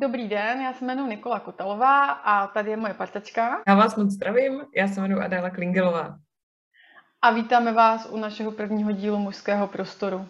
Dobrý den, já se jmenuji Nikola Kotalová a tady je moje partačka. Já vás moc zdravím, já se jmenuji Adéla Klingelová. A vítáme vás u našeho prvního dílu Mužského prostoru.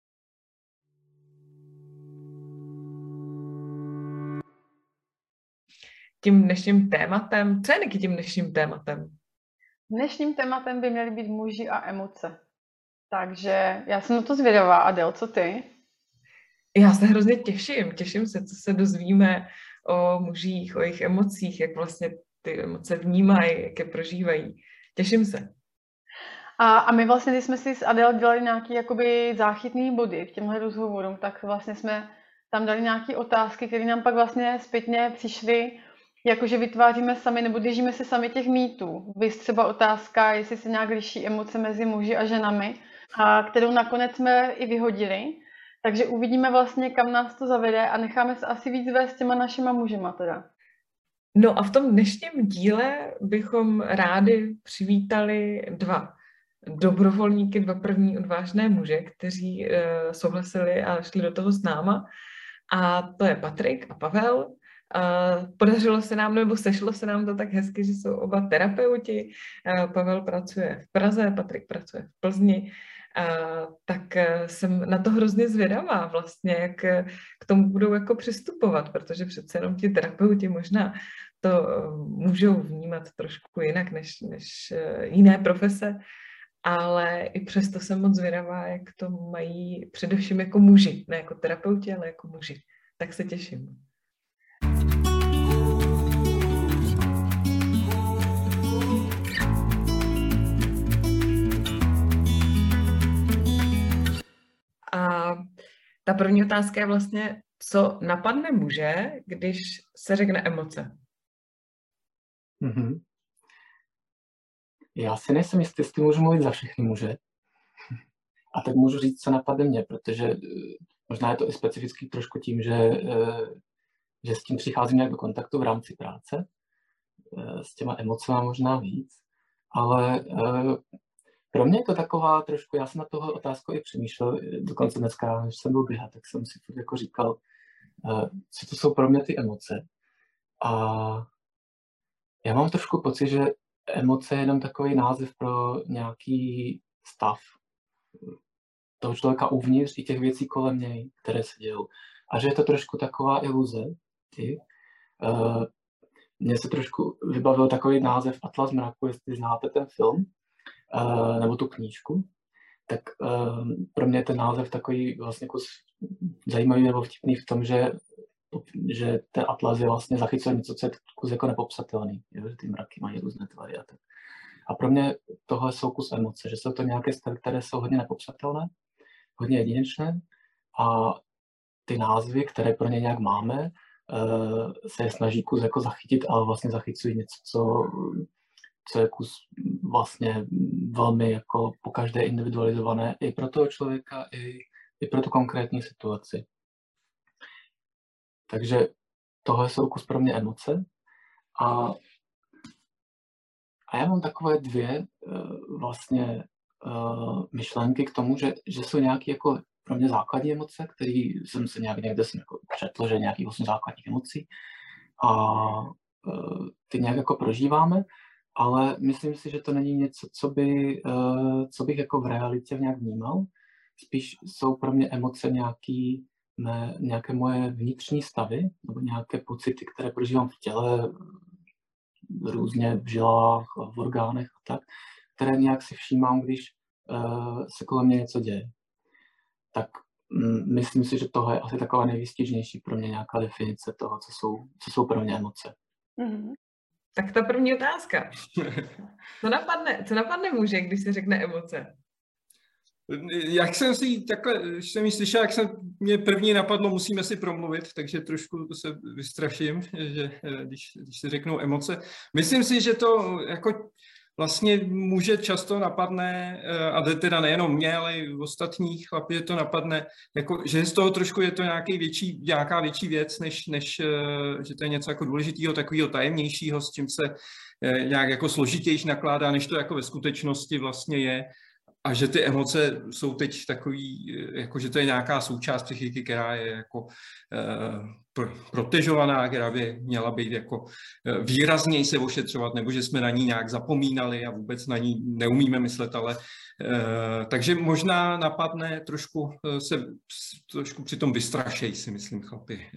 Tím dnešním tématem, co je Niky tím dnešním tématem? Dnešním tématem by měly být muži a emoce. Takže já jsem na to zvědavá. Adél, co ty? Já se hrozně těším se, co se dozvíme o mužích, o jejich emocích, jak vlastně ty emoce vnímají, jak je prožívají. Těším se. A my vlastně, když jsme si s Adél dělali nějaký jakoby záchytný body k těmhle rozhovorům, tak vlastně jsme tam dali nějaké otázky, které nám pak vlastně zpětně přišly, jakože vytváříme sami, nebo držíme se sami těch mýtů. Vys třeba otázka, jestli se nějak liší emoce mezi muži a ženami, a kterou nakonec jsme i vyhodili. Takže uvidíme vlastně, kam nás to zavede a necháme se asi víc vést těma našima mužema teda. No a v tom dnešním díle bychom rádi přivítali dva dobrovolníky, dva první odvážné muže, kteří souhlasili a šli do toho s náma. A to je Patrik a Pavel. Podařilo se nám, nebo sešlo se nám to tak hezky, že jsou oba terapeuti. Pavel pracuje v Praze, Patrik pracuje v Plzni. Tak jsem na to hrozně zvědavá vlastně, jak k tomu budou jako přistupovat, protože přece jenom ti terapeuti možná to můžou vnímat trošku jinak než jiné profese, ale i přesto jsem moc zvědavá, jak to mají především jako muži, ne jako terapeuti, ale jako muži. Tak se těším. A ta první otázka je vlastně, co napadne muže, když se řekne emoce? Mm-hmm. Já si nejsem jistý, jestli můžu mluvit za všechny muže. A tak můžu říct, co napadne mě, protože možná je to i specifický trošku tím, že s tím přicházím nějak do kontaktu v rámci práce, s těma emocema možná víc, ale pro mě je to taková trošku, já jsem na toho otázku i přemýšlel, dokonce dneska, když jsem byl běhat, tak jsem si furt jako říkal, co to jsou pro mě ty emoce. A já mám trošku pocit, že emoce je jenom takový název pro nějaký stav toho člověka uvnitř i těch věcí kolem něj, které se dějou. A že je to trošku taková iluze. Mně se trošku vybavil takový název Atlas mraku, jestli znáte ten film, nebo tu knížku, tak pro mě je ten název takový vlastně kus zajímavý nebo vtipný v tom, že ten atlas je vlastně zachycuje něco, co je kus jako nepopsatelný, že ty mraky mají různé tvary a tak. A pro mě tohle jsou kus emoce, že jsou to nějaké stavy, které jsou hodně nepopsatelné, hodně jedinečné a ty názvy, které pro ně nějak máme, se je snaží kus jako zachytit, ale vlastně zachycují něco, co je kus vlastně velmi jako po každé individualizované i pro toho člověka, i pro tu konkrétní situaci. Takže tohle jsou kus pro mě emoce a já mám takové dvě vlastně myšlenky k tomu, že jsou nějaké jako pro mě základní emoce, které jsem se někde jako četl, že nějakých 8 základních emocí a ty nějak jako prožíváme, ale myslím si, že to není něco, co bych jako v realitě nějak vnímal. Spíš jsou pro mě emoce nějaké moje vnitřní stavy, nebo nějaké pocity, které prožívám v těle, různě v žilách, v orgánech a tak, které nějak si všímám, když se kolem mě něco děje. Tak myslím si, že tohle je asi taková nejvýstižnější pro mě nějaká definice toho, co jsou pro mě emoce. Mm-hmm. Tak ta první otázka. Co napadne muže, když se řekne emoce? Jak jsem si takhle, když jsem ji slyšel, jak mě první napadlo, musíme si promluvit, takže trošku se vystraším, že když se řeknou emoce. Myslím si, že to jako vlastně muže často napadne, a teda nejenom mě, ale i ostatních chlapí to napadne, jako, že z toho trošku je to nějaká větší věc, než že to je něco jako důležitého, takového tajemnějšího, s čím se nějak jako složitější nakládá, než to jako ve skutečnosti vlastně je. a že ty emoce jsou teď takový, jako že to je nějaká součást psychiky, která je jako protežovaná, která by měla být jako výrazněji se ošetřovat, nebo že jsme na ní nějak zapomínali a vůbec na ní neumíme myslet, ale takže možná napadne trošku při tom vystrašej, si myslím, chlapi,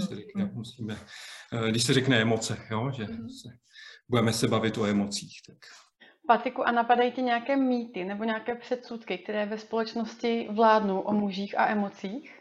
když se řekne emoce, jo? Že budeme se bavit o emocích. Tak. Patriku, a napadají ti nějaké mýty nebo nějaké předsudky, které ve společnosti vládnou o mužích a emocích?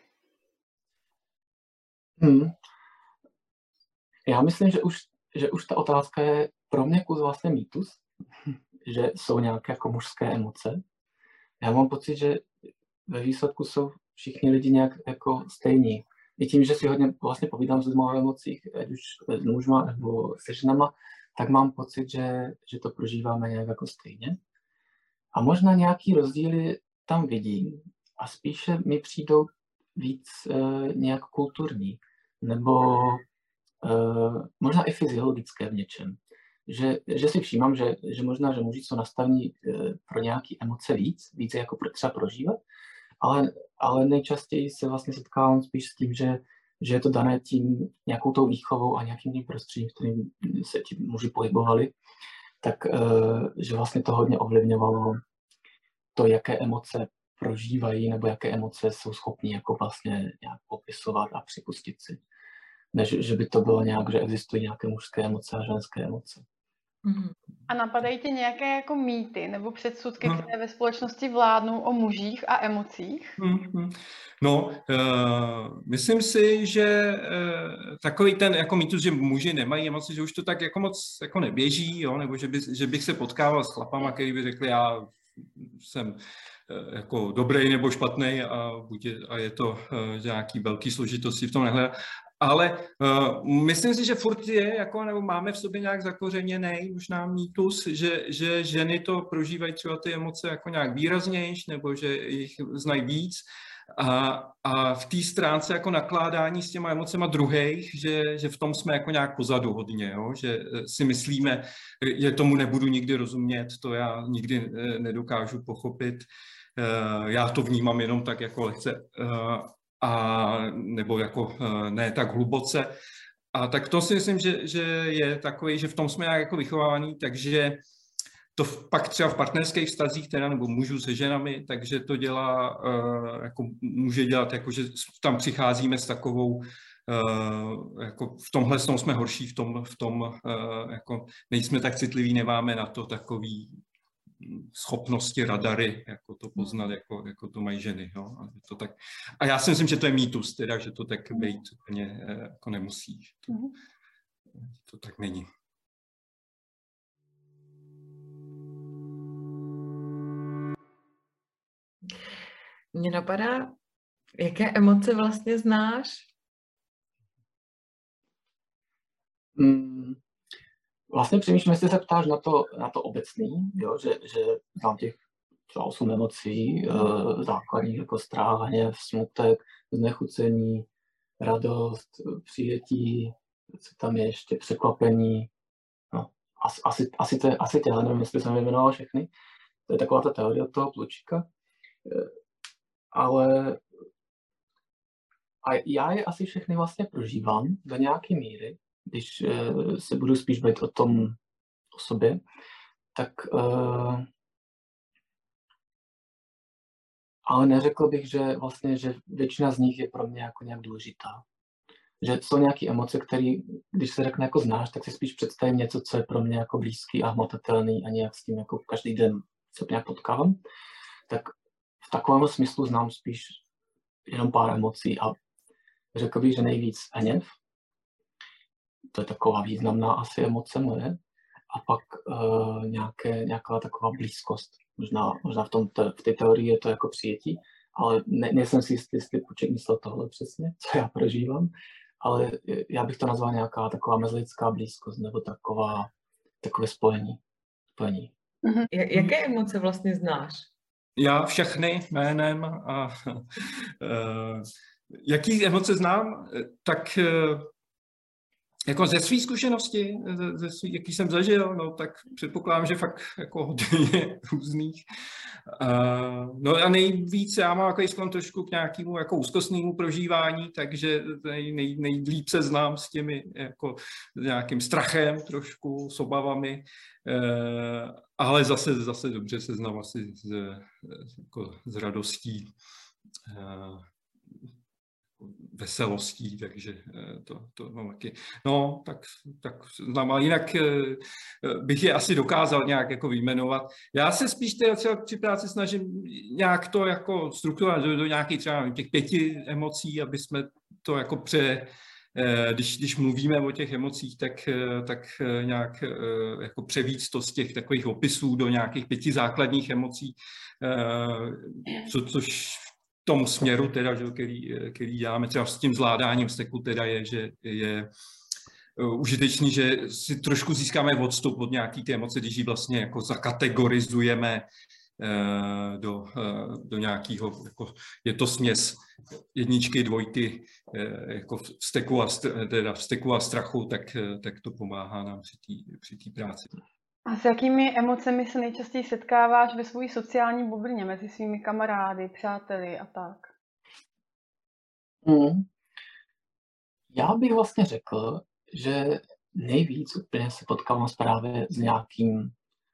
Já myslím, že už ta otázka je pro mě kus vlastně mýtus, že jsou nějaké jako mužské emoce. Já mám pocit, že ve výsledku jsou všichni lidi nějak jako stejní. I tím, že si hodně vlastně povídám s lidmi o emocích, ať už s mužma nebo se ženama, tak mám pocit, že to prožíváme nějak jako stejně. A možná nějaký rozdíly tam vidím a spíše mi přijdou víc nějak kulturní, nebo možná i fyziologické v něčem. Že si všímám, že možná, že muži jsou nastavení pro nějaké emoce víc jako třeba prožívat, ale nejčastěji se vlastně setkávám spíš s tím, že je to dané tím nějakou tou výchovou a nějakým tím prostředím, kterým se ti muži pohybovali, tak že vlastně to hodně ovlivňovalo to, jaké emoce prožívají nebo jaké emoce jsou schopní jako vlastně nějak popisovat a připustit si. Než že by to bylo nějak, že existují nějaké mužské emoce a ženské emoce. A napadají tě nějaké jako mýty nebo předsudky, které ve společnosti vládnou o mužích a emocích? No, myslím si, že takový ten jako mýtus, že muži nemají emoce, že už to tak jako moc jako neběží, jo? Nebo že bych se potkával s chlapama, který by řekli, já jsem jako dobrý nebo špatný a je to nějaký velký složitosti v tom nehledat. Ale myslím si, že furt je, jako, nebo máme v sobě nějak zakořeněný možná mýtus, že ženy to prožívají třeba ty emoce jako nějak výraznější, nebo že jich znají víc. A v té stránce jako nakládání s těma emocema druhých, že v tom jsme jako nějak pozadu hodně, jo? Že si myslíme, že tomu nebudu nikdy rozumět, to já nikdy nedokážu pochopit, já to vnímám jenom tak jako lehce, nebo jako ne tak hluboce. A tak to si myslím, že je takový, že v tom jsme nějak jako vychovávaný, takže to pak třeba v partnerských vztazích teda, nebo mužů se ženami, takže to dělá, jako může dělat, jako že tam přicházíme s takovou, jako v tomhle jsme horší, v tom jako nejsme tak citliví, nemáme na to takový schopnosti radary, jako to poznat, jako to mají ženy. Jo? A já si myslím, že to je mýtus, teda, že to tak být úplně jako nemusí. To tak není. Mně napadá, jaké emoce vlastně znáš? Vlastně přemýšlím, jestli se ptáš na to obecný, jo? Že znám těch třeba 8 emocí, základních jako strach, hněv, smutek, znechucení, radost, přijetí, co tam je ještě, překvapení. No, asi těhle, nevím, jestli jsem vyjmenoval všechny. To je taková ta teorie od toho Plučíka. Ale já je asi všechny vlastně prožívám do nějaké míry, když se budu spíš bavit o sobě, tak ale neřekl bych, že většina z nich je pro mě jako nějak důležitá. Že jsou nějaké emoce, které, když se řekne jako znáš, tak si spíš představím něco, co je pro mě jako blízký a hmatatelný a nějak s tím jako každý den se nějak potkávám. Tak v takovém smyslu znám spíš jenom pár emocí a řekl bych, že nejvíc hněv. To je taková významná asi emoce moje. A pak nějaká taková blízkost. Možná v té teorii je to jako přijetí, ale nejsem si jistý, jestli Puček myslel tohle přesně, co já prožívám, ale já bych to nazval nějaká taková mezilidská blízkost nebo takové spojení. Jaké emoce vlastně znáš? Já všechny jménem a jaký emoce znám, tak jako ze své zkušenosti, jaký jsem zažil, no tak předpokládám, že fakt jako hodně různých. No a nejvíc já mám takový sklon trošku k nějakému jako úzkostnému prožívání, takže nejlíp se znám s těmi jako nějakým strachem trošku, s obavami, ale zase dobře se znám asi s radostí, veselostí, takže to mám taky. No, tak znám, ale jinak bych je asi dokázal nějak jako vyjmenovat. Já se spíš třeba při práci snažím nějak to jako strukturovat do nějakých třeba těch 5 emocí, aby jsme to jako když mluvíme o těch emocích, tak nějak jako převíc to z těch takových opisů do nějakých 5 základních emocí, což v tom směru, teda, který děláme třeba s tím zvládáním vzteku, teda je, že je užitečný, že si trošku získáme odstup od nějaký té emoce, když ji vlastně jako zakategorizujeme do nějakého, jako je to směs 1, 2, jako vzteku a strachu, tak to pomáhá nám při té práci. A s jakými emocemi se nejčastěji setkáváš ve své sociální bublině, mezi svými kamarády, přáteli a tak? Já bych vlastně řekl, že nejvíc úplně se potkávám právě s nějakým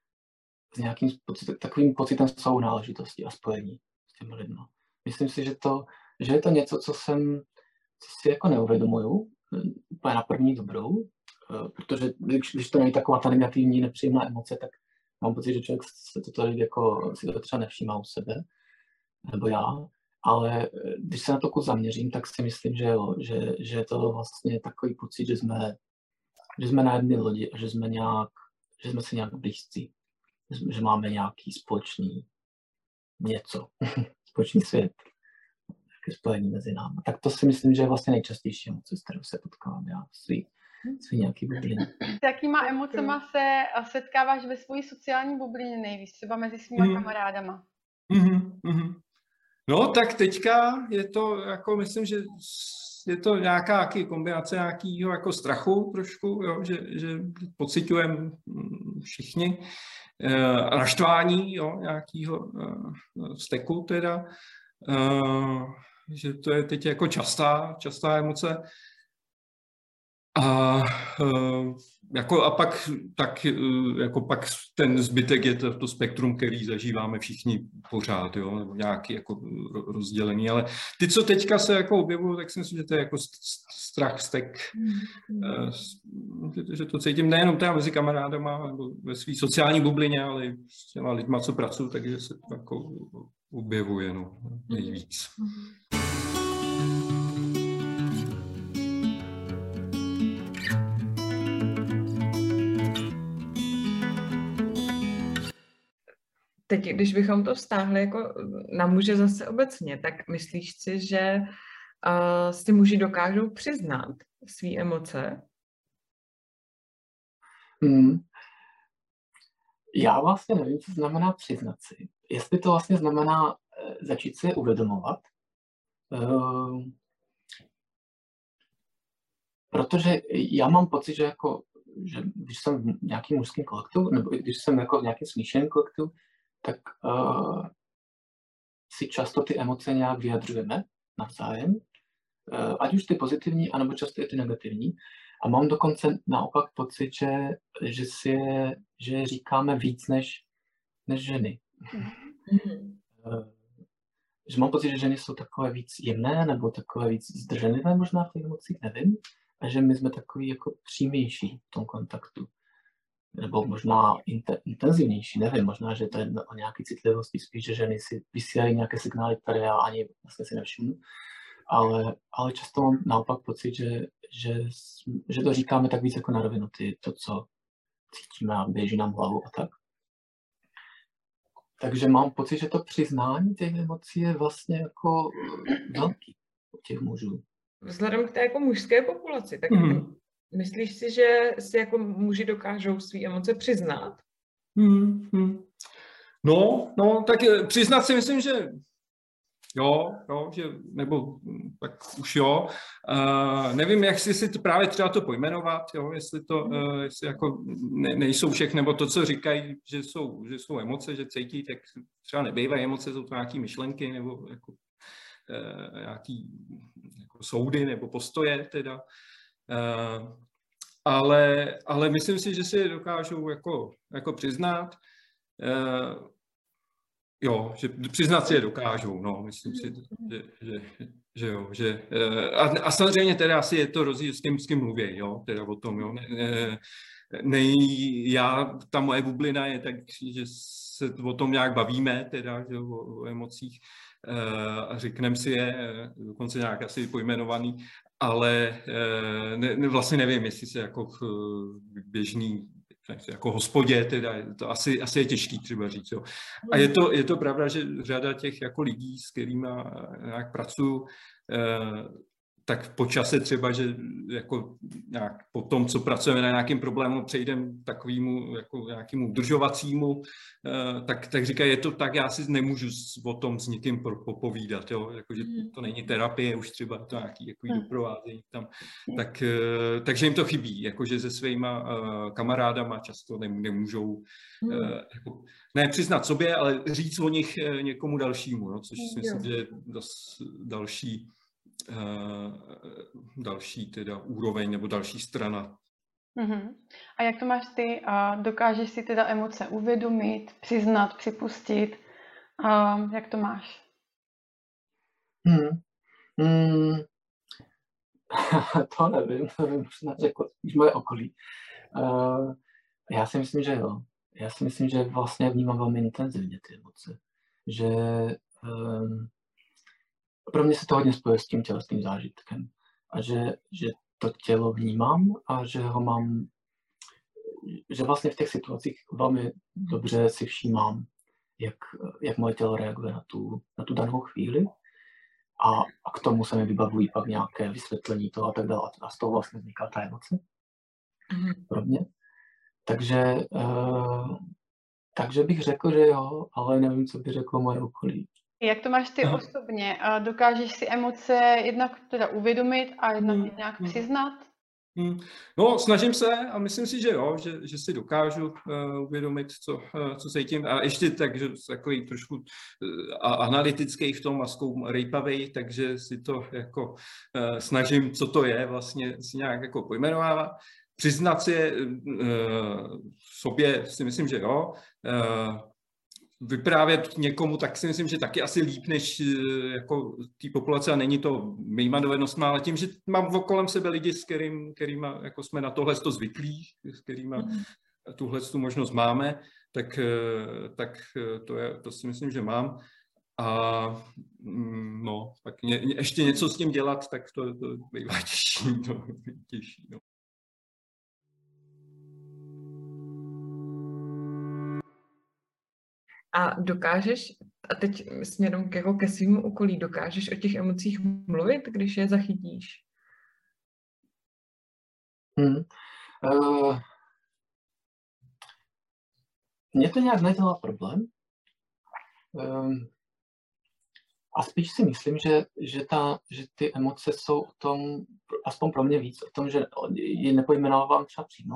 takovým pocitem sounáležitosti a spojení s těmi lidmi. Myslím si, že je to něco, co si jako neuvědomuju úplně na první dobrou, protože když to není taková ta negativní, nepříjemná emoce, tak mám pocit, že člověk se toto jako si to třeba nevšímá u sebe, nebo já, ale když se na to zaměřím, tak si myslím, že jo, že je to vlastně takový pocit, že jsme na jedné lodi a že jsme si nějak blízcí, že máme nějaký společný něco, společný svět, nějaké spojení mezi námi. Tak to si myslím, že je vlastně nejčastější emoce, s kterou se potkávám já v svý nějaký bublině. S jakýma emocema se setkáváš ve své sociální bublině nejvíc, třeba mezi svými kamarádama? No, tak teďka je to, jako myslím, že je to nějaká kombinace nějakého jako strachu trošku, jo, že pociťujeme všichni, naštvání, jo, nějakého vzteku teda, že to je teď jako častá emoce. A pak ten zbytek je to spektrum, který zažíváme všichni pořád, jo, nebo nějaký jako rozdělený, ale ty, co teďka se jako objevují, tak si myslím, že to je jako strach, vztek, že to cítím nejenom teda mezi kamarádama nebo ve své sociální bublině, ale i s těma lidma, co pracují, takže se to jako objevuje, no, nejvíc. Teď, když bychom to vztáhli jako na muže zase obecně, tak myslíš si, že si muži dokážou přiznat svý emoce? Já vlastně nevím, co znamená přiznat si. Jestli to vlastně znamená začít si je uvědomovat. Protože já mám pocit, že když jsem v nějakém mužském kolektivu, nebo když jsem jako v nějakém smíšeném kolektivu, tak si často ty emoce nějak vyjadřujeme navzájem, ať už ty pozitivní, anebo často i ty negativní. A mám dokonce naopak pocit, že říkáme víc než ženy. Že mám pocit, že ženy jsou takové víc jemné, nebo takové víc zdrženlivé možná v těch emocích, nevím. A že my jsme takový jako přímější v tom kontaktu. Nebo možná intenzivnější, nevím, možná, že to je o nějaké citlivosti, spíš, že ženy si vysílají nějaké signály, které já ani vlastně si nevšimnu. Ale často mám naopak pocit, že to říkáme tak víc jako na rovinu, to, co cítíme a běží nám hlavu a tak. Takže mám pocit, že to přiznání těch emocí je vlastně jako velký u těch mužů. Vzhledem k té jako mužské populaci, tak myslíš si, že si jako muži dokážou své emoce přiznat? No, tak přiznat si myslím, že Jo, že, nebo tak už jo. Nevím, jak si to právě třeba to pojmenovat, jo, jestli jako nejsou všechny, nebo to, co říkají, že jsou emoce, že cítí, tak třeba nebývají emoce, jsou to nějaké myšlenky, nebo jako, nějaký jako soudy, nebo postoje teda. Ale myslím si, že si je dokážou jako přiznat. Jo, že přiznat si je dokážou, no, myslím si, že jo, že a samozřejmě teda asi je to rozdíl s kým mluví, jo, teda o tom, jo, ta moje bublina je tak, že se o tom nějak bavíme, teda, že o emocích a řekneme si je, dokonce nějak asi pojmenovaný, ale vlastně nevím, jestli se jako běžný jako hospodě, teda to asi je těžký třeba říct. Jo. A je to pravda, že řada těch jako lidí, s kterými nějak pracuju, tak po čase třeba, že jako nějak po tom, co pracujeme na nějakém problému, přejdeme takovému jako nějakému udržovacímu, tak říkají, je to tak, já si nemůžu o tom s někým popovídat, jo? Jako, že to není terapie, už třeba to nějaký jako doprovázení tam, takže jim to chybí, jakože se svýma kamarádama často nemůžou jako, ne přiznat sobě, ale říct o nich někomu dalšímu, no? Což si myslím, že je další teda úroveň nebo další strana. A jak to máš ty? Dokážeš si teda emoce uvědomit, přiznat, připustit? Jak to máš? To nevím, možná řekl už moje okolí. Já si myslím, že jo. Já si myslím, že vlastně vnímám velmi intenzivně ty emoce. Že pro mě se to hodně spojuje s tím tělesným zážitkem. A že to tělo vnímám a že ho mám, že vlastně v těch situacích velmi dobře si všímám, jak moje tělo reaguje na tu danou chvíli. A k tomu se mi vybavují pak nějaké vysvětlení toho a tak dále. A z toho vlastně vzniká ta emoce pro mě. Takže bych řekl, že jo, ale nevím, co by řeklo moje okolí. Jak to máš ty osobně? Dokážeš si emoce jednak teda uvědomit a jednak nějak přiznat? No, snažím se a myslím si, že jo, že si dokážu uvědomit, co cítím. A ještě tak, že takový trošku analytický v tom a rejpavej, takže si to jako snažím, co to je, vlastně si nějak jako pojmenovávat. Přiznat si sobě si myslím, že jo. Vyprávět někomu, tak si myslím, že taky asi líp než jako té populace a není to mýma dovednostma, ale tím, že mám kolem sebe lidi, s kterými jako jsme na tohle zvyklí, s kterými tuhle možnost máme, tak to si myslím, že mám. A no, tak ještě něco s tím dělat, tak to bývá těžší. No. A dokážeš, a teď směrem jako ke svým okolí, dokážeš o těch emocích mluvit, když je zachytíš? Mně to nějak nedělá problém. A spíš si myslím, že ty emoce jsou o tom, aspoň pro mě víc, o tom, že je nepojmenovávám třeba přímo,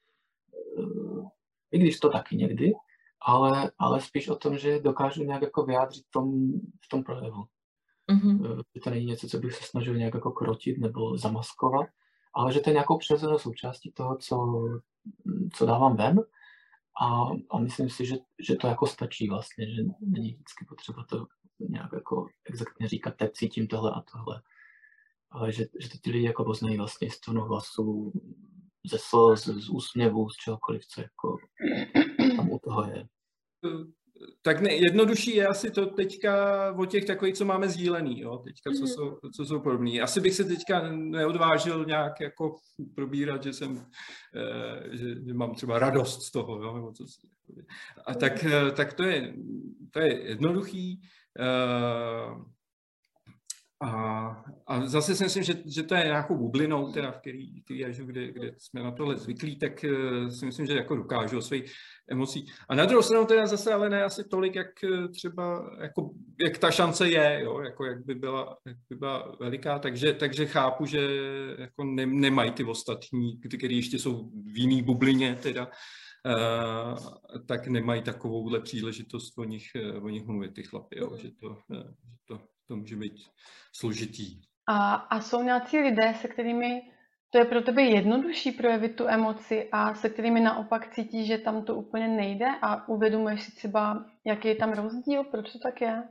i když to taky někdy, ale spíš o tom, že dokážu nějak jako vyjádřit v tom projevu. Že to není něco, co bych se snažil nějak jako krotit nebo zamaskovat, ale že to je nějakou přirozenou součástí toho, co dávám ven. A myslím si, že to jako stačí vlastně, že není vždycky potřeba to nějak jako exaktně říkat, teď cítím tohle a tohle. Ale že to ti lidi jako poznají vlastně z tónu hlasu, ze slz, z úsměvu, z čehokoliv, co jako tam u toho je. Tak jednodušší je asi to teďka o těch takových, co máme sdílený, jo, teďka, co jsou podobný. Asi bych se teďka neodvážil nějak jako probírat, že mám třeba radost z toho, jo, nebo co. A tak to je jednoduchý. A zase si myslím, že to je nějakou bublinou, teda v který já žiju, kde jsme na tohle zvyklí, tak si myslím, že jako dokážu o svých emocí. A na druhou stranu teda zase ale ne asi tolik, jak třeba, jako, jak ta šance je, jo, jako jak by byla veliká, takže chápu, že jako nemají ty ostatní, kteří ještě jsou v jiný bublině teda, tak nemají takovouhle příležitost o nich mluvit, ty chlapi, jo, že to může být složitý. A jsou nějací lidé, se kterými to je pro tebe jednodušší projevit tu emoci a se kterými naopak cítíš, že tam to úplně nejde a uvědomuješ si třeba, jaký je tam rozdíl, proč to tak je?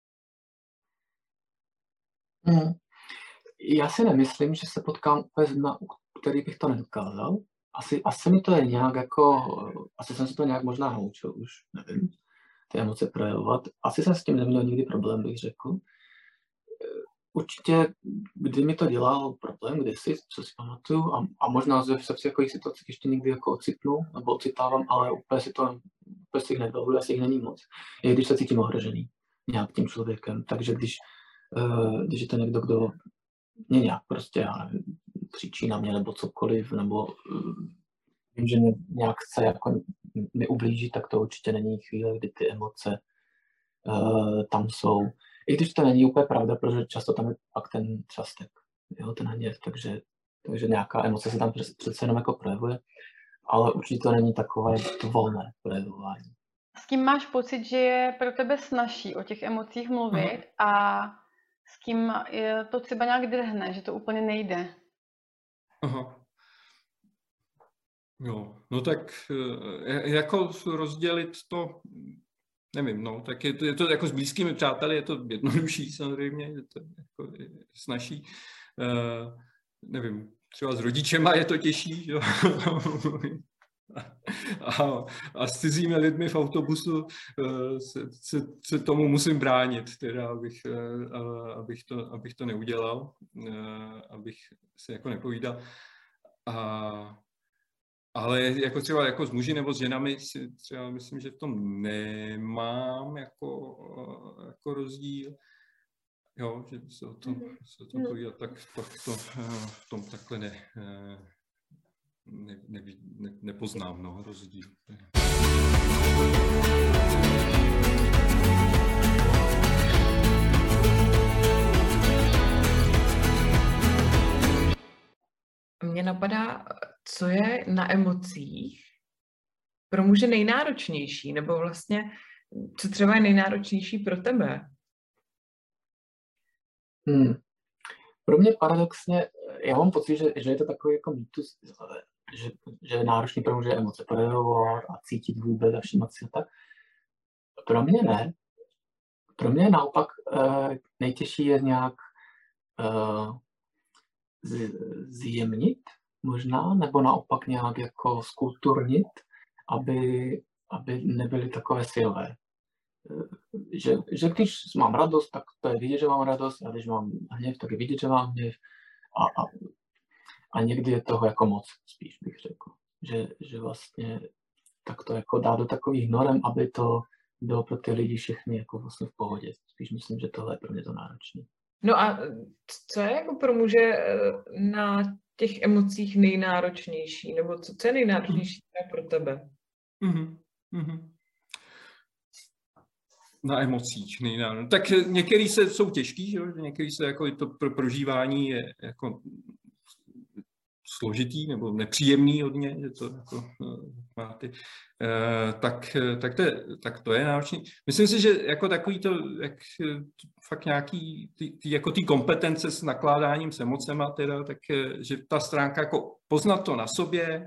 Já si nemyslím, že se potkám úplně u který bych to nedokázal. Asi mi to je nějak jako, asi jsem se to nějak možná naučil už, nevím, ty emoce projevovat. Asi jsem s tím neměl nikdy problém, bych řekl. Určitě, kdy mi to dělal problém, kdysi, co si pamatuju, a možná že se v takových situacích ještě někdy jako ocitnu, nebo ocitávám, ale úplně si jich nedovolím, asi jich není moc, je když se cítím ohrožený nějak tím člověkem. Takže když je to někdo, kdo mě nějak prostě, já nevím, křičí na mě nebo cokoliv, nebo vím, že mě nějak chce jako mi ublížit, tak to určitě není chvíle, kdy ty emoce tam jsou. I když to není úplně pravda, protože často tam je pak ten třastek, jo, ten hněv, takže nějaká emoce se tam přece jenom jako projevuje, ale určitě to není takové to volné projevování. S kým máš pocit, že je pro tebe snazší o těch emocích mluvit a s kým je to třeba nějak drhne, že to úplně nejde? Aha. Jo, no tak jako rozdělit to, nevím, no, tak je to jako s blízkými přáteli, je to jednodušší samozřejmě, je to jako snazší. Nevím, třeba s rodičema je to těžší, jo. A s cizími lidmi v autobusu se tomu musím bránit, teda, abych to neudělal, abych si jako nepovídal. Ale jako třeba jako s muži nebo s ženami si třeba myslím, že v tom nemám jako rozdíl. Jo, že se o tom povídat, tak v tom takhle nepoznám, no, rozdíl. Mně napadá, co je na emocích pro muže nejnáročnější, nebo vlastně, co třeba je nejnáročnější pro tebe? Pro mě paradoxně, já mám pocit, že je to takový jako mýtus, že je náročný pro muže emoce projevovat a cítit vůbec a všímat si tak. Pro mě ne. Pro mě naopak nejtěžší je nějak zjemnit možná, nebo naopak nějak jako skulturnit, aby nebyly takové silové. Že když mám radost, tak to je vidět, že mám radost, a když mám hněv, tak je vidět, že mám hněv. A někdy je toho jako moc, spíš bych řekl. Že vlastně tak to jako dá do takových norem, aby to bylo pro ty lidi všechny jako vlastně v pohodě. Spíš myslím, že tohle je pro mě to náročné. No a co je jako pro muže na těch emocích nejnáročnější? Nebo co je nejnáročnější pro tebe? Na emocích nejnáročnější. Tak některý jsou těžký, že? Některý se jako to prožívání je jako složitý nebo nepříjemný hodně, že to jako má ty, tak to je náročný. Myslím si, že jako takový to, jak fakt nějaký jako ty kompetence s nakládáním s emocema, teda, tak že ta stránka jako poznat to na sobě,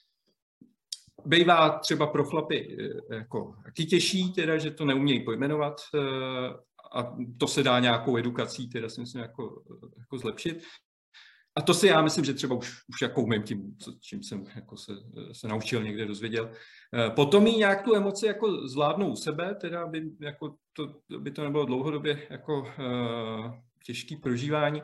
bývá třeba pro chlapy jako taky těžší, teda, že to neumějí pojmenovat a to se dá nějakou edukací, teda si myslím jako zlepšit. A to si já myslím, že třeba už jako umím tím, čím jsem jako se naučil, někde dozvěděl. Potom jí nějak tu emoci jako zvládnou u sebe, teda by to nebylo dlouhodobě jako těžký prožívání,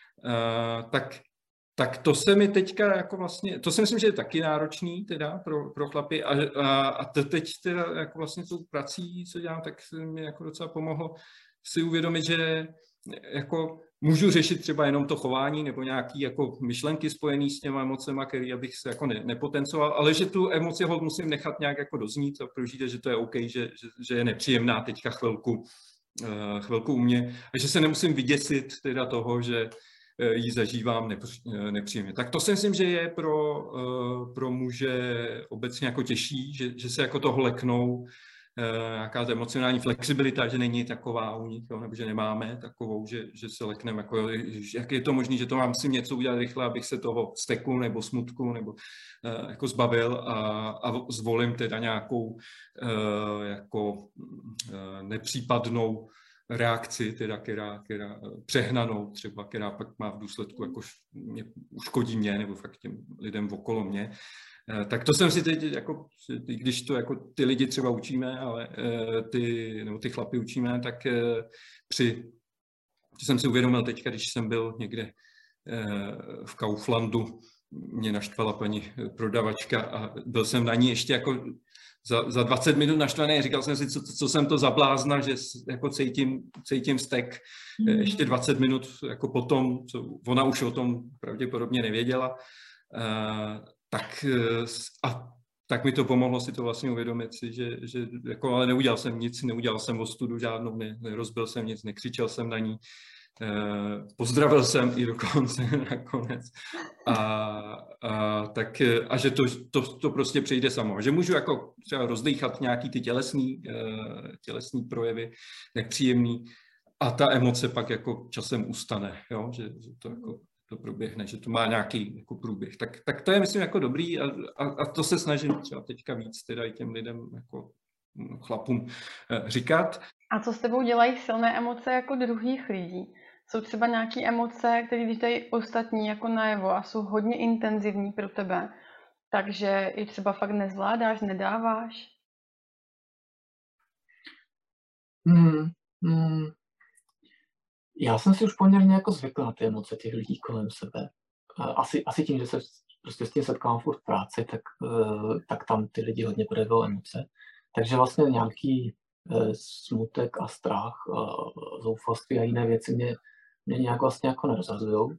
tak to se mi teďka jako vlastně, to si myslím, že je taky náročný teda pro chlapy a teď teda jako vlastně tou prací, co dělám, tak mi jako docela pomohlo si uvědomit, jako můžu řešit třeba jenom to chování nebo nějaké jako myšlenky spojené s těma emocema, který abych se jako nepotencoval, ale že tu emoci hod musím nechat nějak jako doznít a prožít, že to je OK, že je nepříjemná teďka chvilku u mě a že se nemusím vyděsit teda toho, že ji zažívám nepříjemně. Tak to si myslím, že je pro muže obecně jako těžší, že se jako toho leknou, nějaká emocionální flexibilita, že není taková u nich, nebo že nemáme takovou, že se lekneme, jako, jak je to možné, že to mám si něco udělat rychle, abych se toho vzteku nebo smutku nebo jako zbavil a zvolím teda nějakou jako nepřípadnou reakci, teda, která přehnanou třeba, která pak má v důsledku jako uškodí mě nebo fakt těm lidem okolo mě. Tak to jsem si teď, jako, když to jako ty lidi třeba učíme, ale ty chlapy učíme, tak jsem si uvědomil teďka, když jsem byl někde v Kauflandu, mě naštvala paní prodavačka a byl jsem na ní ještě jako za 20 minut naštvaný, říkal jsem si, co jsem to za blázna, že jako cítím vztek ještě 20 minut jako potom, co ona už o tom pravděpodobně nevěděla, tak mi to pomohlo si to vlastně uvědomit si, že jako, ale neudělal jsem nic, neudělal jsem ostudu žádnou, nerozbil jsem nic, nekřičel jsem na ní, pozdravil jsem i dokonce nakonec a že to prostě přejde samo. Že můžu jako třeba rozdýchat nějaký ty tělesný projevy, nepříjemný a ta emoce pak jako časem ustane, jo? Že to jako to proběhne, že to má nějaký jako průběh. Tak to je, myslím, jako dobrý a to se snažím třeba teďka víc teda i těm lidem jako chlapům říkat. A co s tebou dělají silné emoce jako druhých lidí? Jsou třeba nějaké emoce, které když dají ostatní jako najevo a jsou hodně intenzivní pro tebe, takže i třeba fakt nezvládáš, nedáváš? Já jsem si už poměrně jako zvykl na ty emoce těch lidí kolem sebe. Asi tím, že se prostě s tím setkávám furt v práci, tak tam ty lidi hodně projevují emoce. Takže vlastně nějaký smutek a strach, zoufalství a jiné věci mě nějak vlastně jako nerozhazují.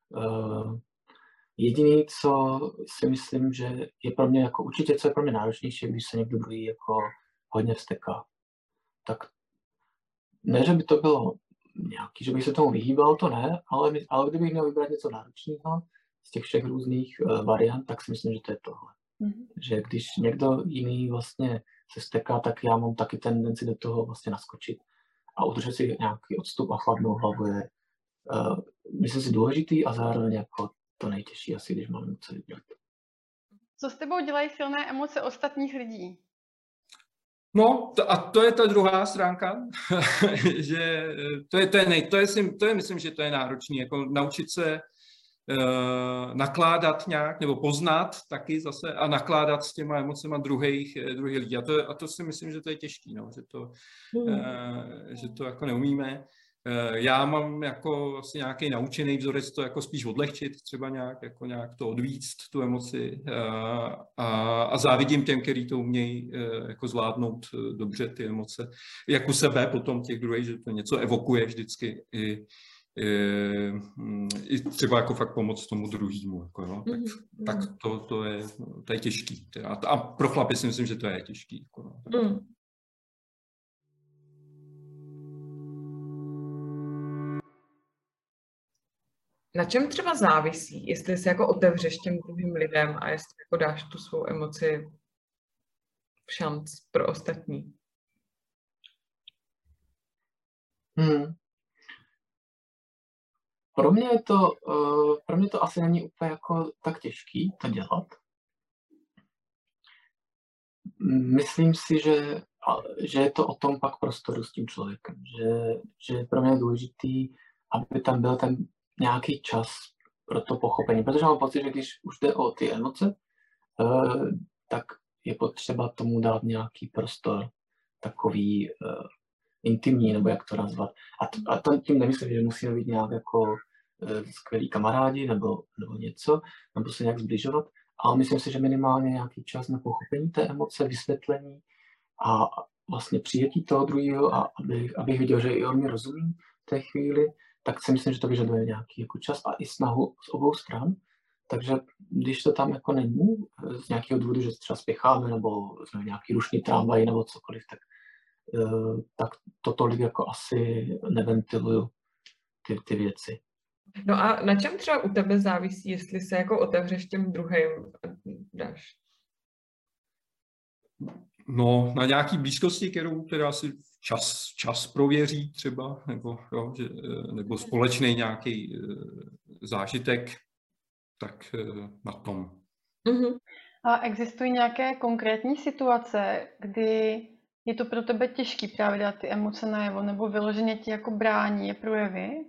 Jediné, co si myslím, že je pro mě jako určitě, co je pro mě náročnější, když se někdo druhý jako hodně vzteká. Tak ne, že by to bylo nějaký, že bych se tomu vyhýbal, to ne, ale kdybych měl vybrat něco náročného z těch všech různých variant, tak si myslím, že to je tohle. Že když někdo jiný vlastně se vzteká, tak já mám taky tendenci do toho vlastně naskočit a udržet si nějaký odstup a chladnou hlavu je myslím si důležitý a zároveň jako to nejtěžší asi, když mám něco vybrat. Co s tebou dělají silné emoce ostatních lidí? No a to je ta druhá stránka, že to je, myslím, že to je náročné, jako naučit se nakládat nějak, nebo poznat taky zase a nakládat s těma emocema druhých lidí. A to si myslím, že to je těžký, no, že to jako neumíme. Já mám jako asi nějaký naučený vzorec to jako spíš odlehčit, třeba nějak to odvíct, tu emoci a závidím těm, kteří to umějí jako zvládnout dobře ty emoce. Jak u sebe potom těch druhých, že to něco evokuje vždycky i třeba jako fakt pomoct tomu druhému. Jako, no. Tak to je těžký. A pro chlapy si myslím, že to je těžký. Jako, no. Na čem třeba závisí, jestli se jako otevřeš těm druhým lidem a jestli jako dáš tu svou emoci v šanc pro ostatní? Pro mě to asi není úplně jako tak těžký to dělat. Myslím si, že je to o tom pak prostoru s tím člověkem, že pro mě je důležitý, aby tam byl ten nějaký čas pro to pochopení, protože mám pocit, že když už jde o ty emoce, tak je potřeba tomu dát nějaký prostor takový intimní, nebo jak to nazvat. A to tím nemyslím, že musíme být nějak jako skvělí kamarádi nebo něco, nebo se nějak zbližovat, ale myslím si, že minimálně nějaký čas na pochopení té emoce, vysvětlení a vlastně přijetí toho druhého a abych viděl, že i on mi rozumí, té chvíli, tak si myslím, že to vyžaduje nějaký jako čas a i snahu z obou stran. Takže když to tam jako není, z nějakého důvodu, že třeba spěcháme, nebo jsme v nějaký rušný tramvaj, nebo cokoliv, tak to tolik jako asi neventiluju ty věci. No a na čem třeba u tebe závisí, jestli se jako otevřeš těm druhým a dáš? No, na nějaký blízkosti, kterou teda si čas prověří třeba, nebo společný nějaký zážitek, tak na tom. Mm-hmm. A existují nějaké konkrétní situace, kdy je to pro tebe těžké právě dát ty emoce najevo, nebo vyloženě ti jako brání je projevit?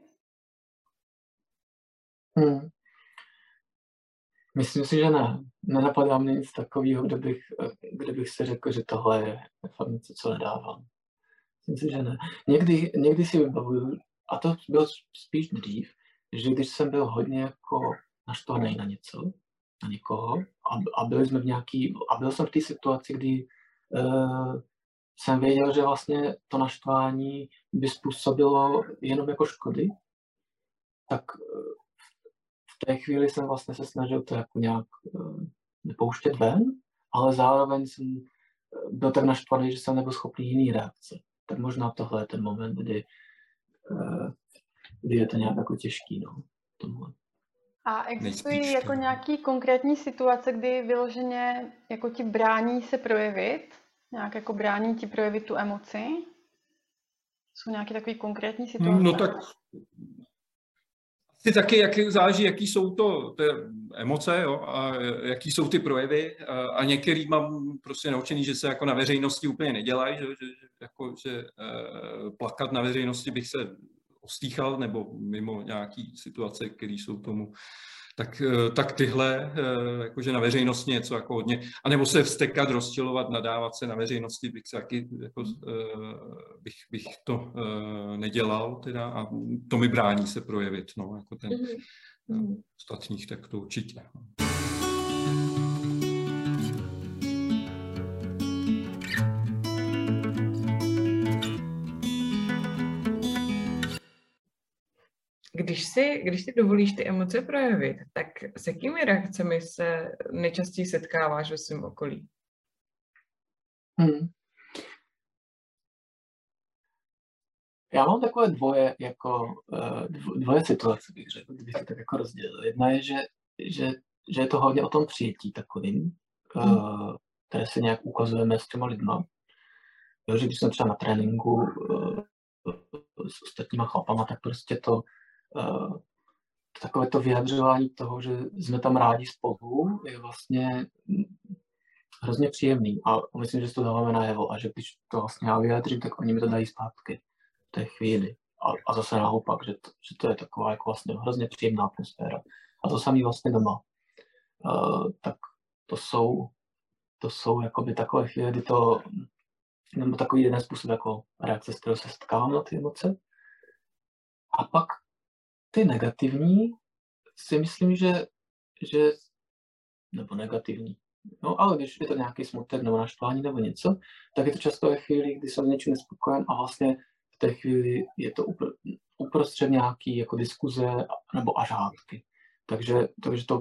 Myslím si, že ne. Nenapadá mě nic takového, kde bych si řekl, že tohle je fakt něco, co nedávám. Myslím si, že ne. Někdy si vybavuju, a to bylo spíš dřív, že když jsem byl hodně jako naštvaný na něco, na někoho, a byl jsem v té situaci, kdy jsem věděl, že vlastně to naštvání by způsobilo jenom jako škody, tak v té chvíli jsem vlastně se snažil to jako nějak nepouštět ven, ale zároveň jsem byl tak naštvaný, že jsem nebyl schopný jiný reakce. Tak možná tohle je ten moment, kdy je to nějak jako těžký, no, tomhle. A existují jako nějaký konkrétní situace, kdy vyloženě jako ti brání se projevit? Nějak jako brání ti projevit tu emoci? Jsou nějaké takové konkrétní situace? No tak asi taky záleží, jaký jsou to emoce, jo, a jaký jsou ty projevy. A některý mám prostě naučený, že se jako na veřejnosti úplně nedělají, že plakat na veřejnosti bych se ostýchal, nebo mimo nějaký situace, které jsou tomu, tak tyhle, jakože na veřejnosti něco jako hodně, anebo se vztekat, rozčilovat, nadávat se na veřejnosti, bych se taky, jako, bych to nedělal, teda, a to mi brání se projevit, no, jako ten ostatních, tak to určitě. Když si dovolíš ty emoce projevit, tak s jakými reakcemi se nejčastěji setkáváš ve svém okolí? Já mám takové dvoje situace, bych řekl, kdybych to tak jako rozdělil. Jedna je, že je to hodně o tom přijetí takovým, které se nějak ukazujeme s těma lidma. Jo, že když jsem třeba na tréninku s ostatníma chlapama, tak prostě takové to vyjadřování toho, že jsme tam rádi spolu, je vlastně hrozně příjemný. A myslím, že to dáváme najevo. A že když to vlastně já vyjadřím, tak oni mi to dají zpátky v té chvíli. A zase naopak, že to je taková jako vlastně hrozně příjemná atmosféra. A to samý vlastně doma. Tak to jsou jakoby takové chvíle, kdy nebo takový jeden způsob jako reakce, s kterou se setkávám na ty emoce. A pak ty negativní si myslím, že nebo negativní. No, ale když je to nějaký smutek nebo naštvání nebo něco, tak je to často ve chvíli, kdy jsem s něčím nespokojen a vlastně v té chvíli je to uprostřed nějaký jako diskuze nebo až hádky. Takže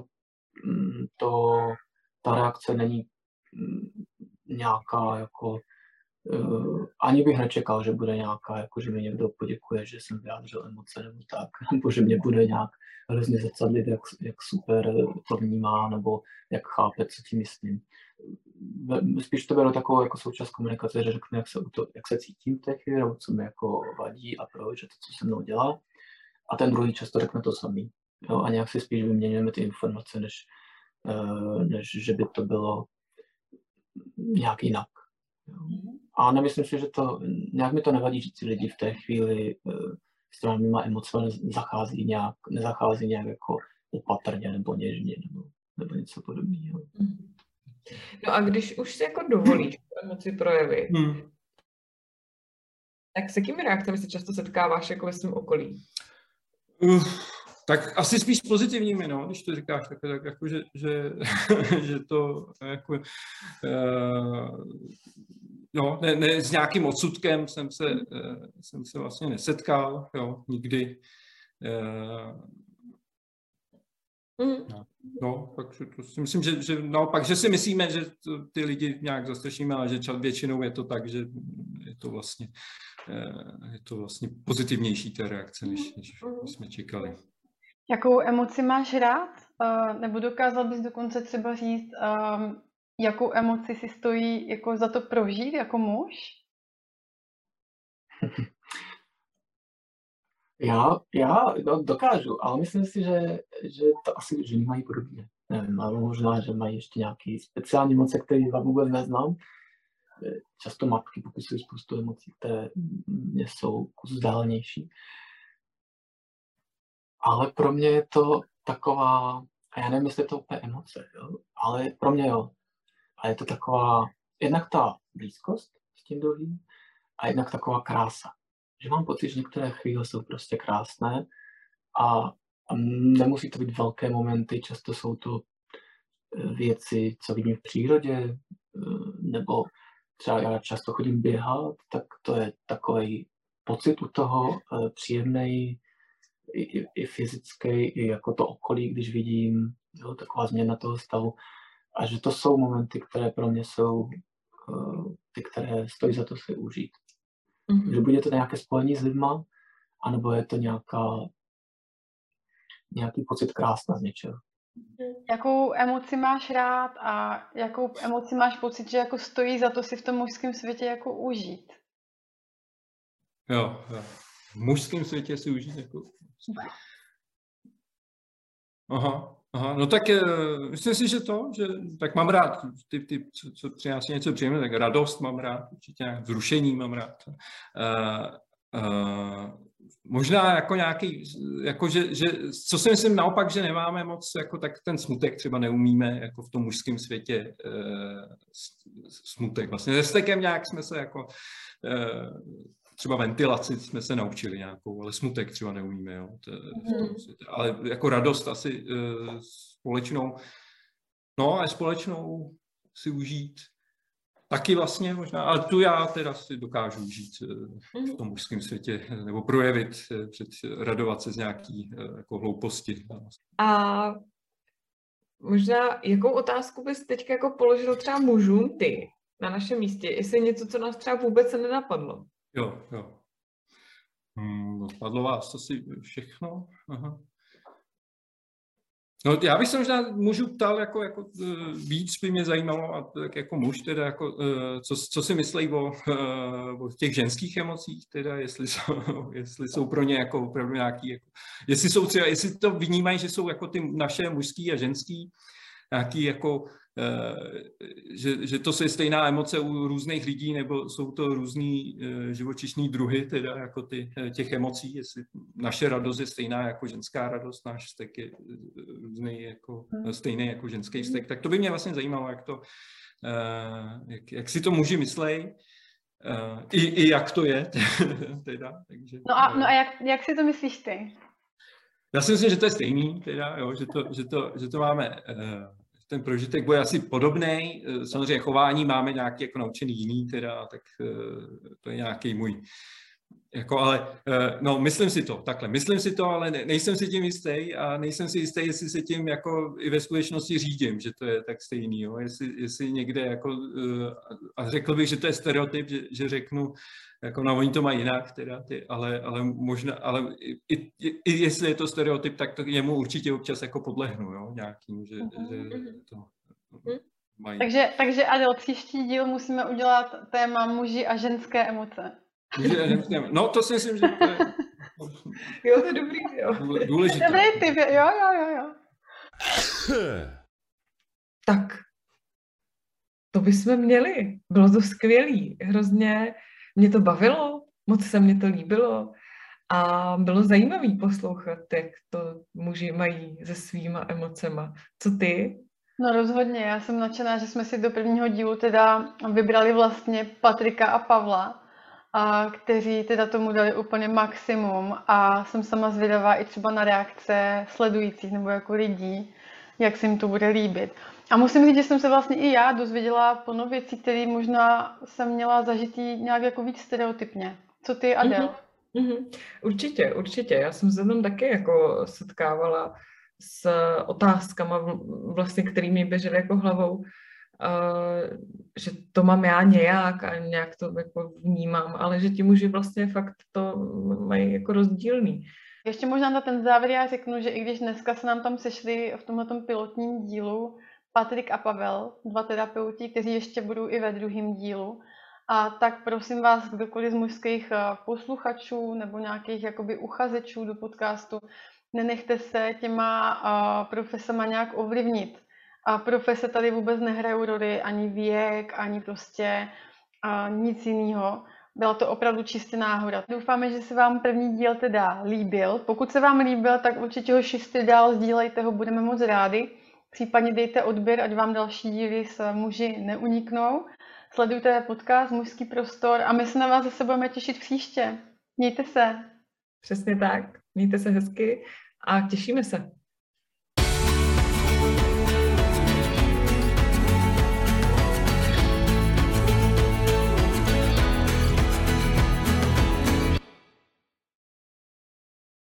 ta reakce není nějaká jako ani bych nečekal, že bude nějaká, jako že mi někdo poděkuje, že jsem vyjádřil emoce nebo tak, nebo že mě bude nějak hrozně zrcadlit, jak super to vnímá, nebo jak chápe, co tím myslím. Spíš to bylo takovou jako součást komunikace, že řeknu, jak se cítím v té chvíli, nebo co mi jako vadí a proč, a to, co se mnou dělá. A ten druhý často řekne to samý. Jo, a nějak si spíš vyměňujeme ty informace, než že by to bylo nějak jinak. A nemyslím si, že nějak mi to nevadí, že ti lidi v té chvíli s těma emocemi nezachází nějak jako opatrně nebo něžně nebo něco podobného. No a když už se jako dovolíš emoci projevit, tak s jakými reakcemi se často setkáváš jako ve svém okolí? Tak asi spíš s pozitivními, no, když to říkáš, tak jako, že to jako, no, ne, s nějakým odsudkem jsem se vlastně nesetkal, jo, nikdy. No, takže to si myslím, že naopak, že si myslíme, že ty lidi nějak zastrašíme, ale že většinou je to tak, že je to vlastně pozitivnější ta reakce, než jsme čekali. Jakou emoci máš rád? Nebo dokázal bys dokonce třeba říct, jakou emoci si stojí jako za to prožít jako muž? Já dokážu, ale myslím si, že to asi ženy mají podobně. Nevím, ale možná, že mají ještě nějaké speciální emoce, které já vůbec neznám. Často matky popisují spoustu emocí, které mě jsou kus vzdálenější. Ale pro mě je to taková, a já nevím, jestli je to úplně emoce, jo? Ale pro mě jo. A je to taková, jednak ta blízkost s tím druhým a jednak taková krása. Že mám pocit, že některé chvíle jsou prostě krásné a nemusí to být velké momenty, často jsou to věci, co vidím v přírodě, nebo třeba já často chodím běhat, tak to je takový pocit u toho příjemný, i fyzický, i jako to okolí, když vidím, jo, taková změna toho stavu. A že to jsou momenty, které pro mě jsou ty, které stojí za to si užít. Že bude to nějaké spojení s lidma, anebo je to nějaký pocit krásna z něčeho. Jakou emoci máš rád a jakou emoci máš pocit, že jako stojí za to si v tom mužském světě jako užít? Jo. V mužském světě si užít jako... Aha, no tak myslím si, že tak mám rád ty co přináší něco příjemné, tak radost mám rád, určitě vzrušení mám rád. Možná jako nějaký, jako že, co si myslím naopak, že nemáme moc, jako tak ten smutek třeba neumíme, jako v tom mužském světě smutek. Vlastně se stekem nějak jsme se jako, třeba ventilaci jsme se naučili nějakou, ale smutek třeba neumíme, jo. Ale jako radost asi společnou, no a společnou si užít. Taky vlastně možná, ale tu já teda si dokážu užít v tom mužském světě, nebo projevit, radovat se z nějaký jako hlouposti. A možná, jakou otázku bys teď jako položil třeba mužům ty na našem místě, jestli něco, co nás třeba vůbec se nenapadlo? Jo. Napadlo vás asi všechno? Aha. No, já bych se možná mužů ptal, jako víc by mě zajímalo, a tak jako muž teda, jako, co si myslí o těch ženských emocích, teda, jestli jsou pro ně jako opravdu nějaký, jako, jestli to vnímají, že jsou jako ty naše mužský a ženský, nějaký jako, že to je stejná emoce u různých lidí, nebo jsou to různý živočišný druhy, teda jako těch emocí, jestli naše radost je stejná jako ženská radost, náš vztek je různý jako, stejný jako ženský vztek, tak to by mě vlastně zajímalo, jak si to muži myslej, i jak to je, teda. Takže, no a jak si to myslíš ty? Já si myslím, že to je stejný, teda, jo, že to máme... Ten prožitek bude asi podobný. Samozřejmě chování máme nějaký jako naučený jiný, teda, tak to je nějaký můj. Jako, ale no, myslím si to, ale nejsem si tím jistý a nejsem si jistý, jestli se tím jako i ve skutečnosti řídím, že to je tak stejný, jo? Jestli někde jako, a řekl bych, že to je stereotyp, že řeknu, jako, no, oni to mají jinak, teda, ale možná, ale i jestli je to stereotyp, tak to němu určitě občas jako podlehnu, jo, nějakým, že to mají. Takže Adel, příští díl musíme udělat téma muži a ženské emoce. Muži a ženské, no to si myslím, že to je... Jo, to je dobrý, jo. Důležité. Dobrý typ, jo. Tak, to bychom měli. Bylo to skvělý. Hrozně mě to bavilo, moc se mě to líbilo a bylo zajímavý poslouchat, jak to muži mají se svýma emocema. Co ty? No rozhodně, já jsem nadšená, že jsme si do prvního dílu teda vybrali vlastně Patrika a Pavla kteří teda tomu dali úplně maximum a jsem sama zvědavá i třeba na reakce sledujících nebo jako lidí, jak se jim to bude líbit. A musím říct, že jsem se vlastně i já dozvěděla plno věcí, které možná jsem měla zažitý nějak jako víc stereotypně. Co ty, Adel? Určitě. Já jsem se tam taky jako setkávala s otázkama, vlastně, které mi běžely jako hlavou, že to mám já nějak a nějak to jako vnímám, ale že ti muži vlastně fakt to mají jako rozdílný. Ještě možná na ten závěr já řeknu, že i když dneska se nám tam sešli v tomhletom pilotním dílu Patrik a Pavel, 2 terapeuti, kteří ještě budou i ve druhém dílu, a tak prosím vás, kdokoliv z mužských posluchačů nebo nějakých jakoby uchazečů do podcastu, nenechte se těma profesema nějak ovlivnit. A profese tady vůbec nehrajou roli, ani věk, ani prostě nic jiného. Byla to opravdu čistě náhoda. Doufáme, že se vám první díl teda líbil. Pokud se vám líbil, tak určitě ho šiřte dál, sdílejte ho, budeme moc rádi. Případně dejte odběr, ať vám další díly s muži neuniknou. Sledujte podcast Mužský prostor a my se na vás zase budeme těšit příště. Mějte se. Přesně tak. Mějte se hezky a těšíme se.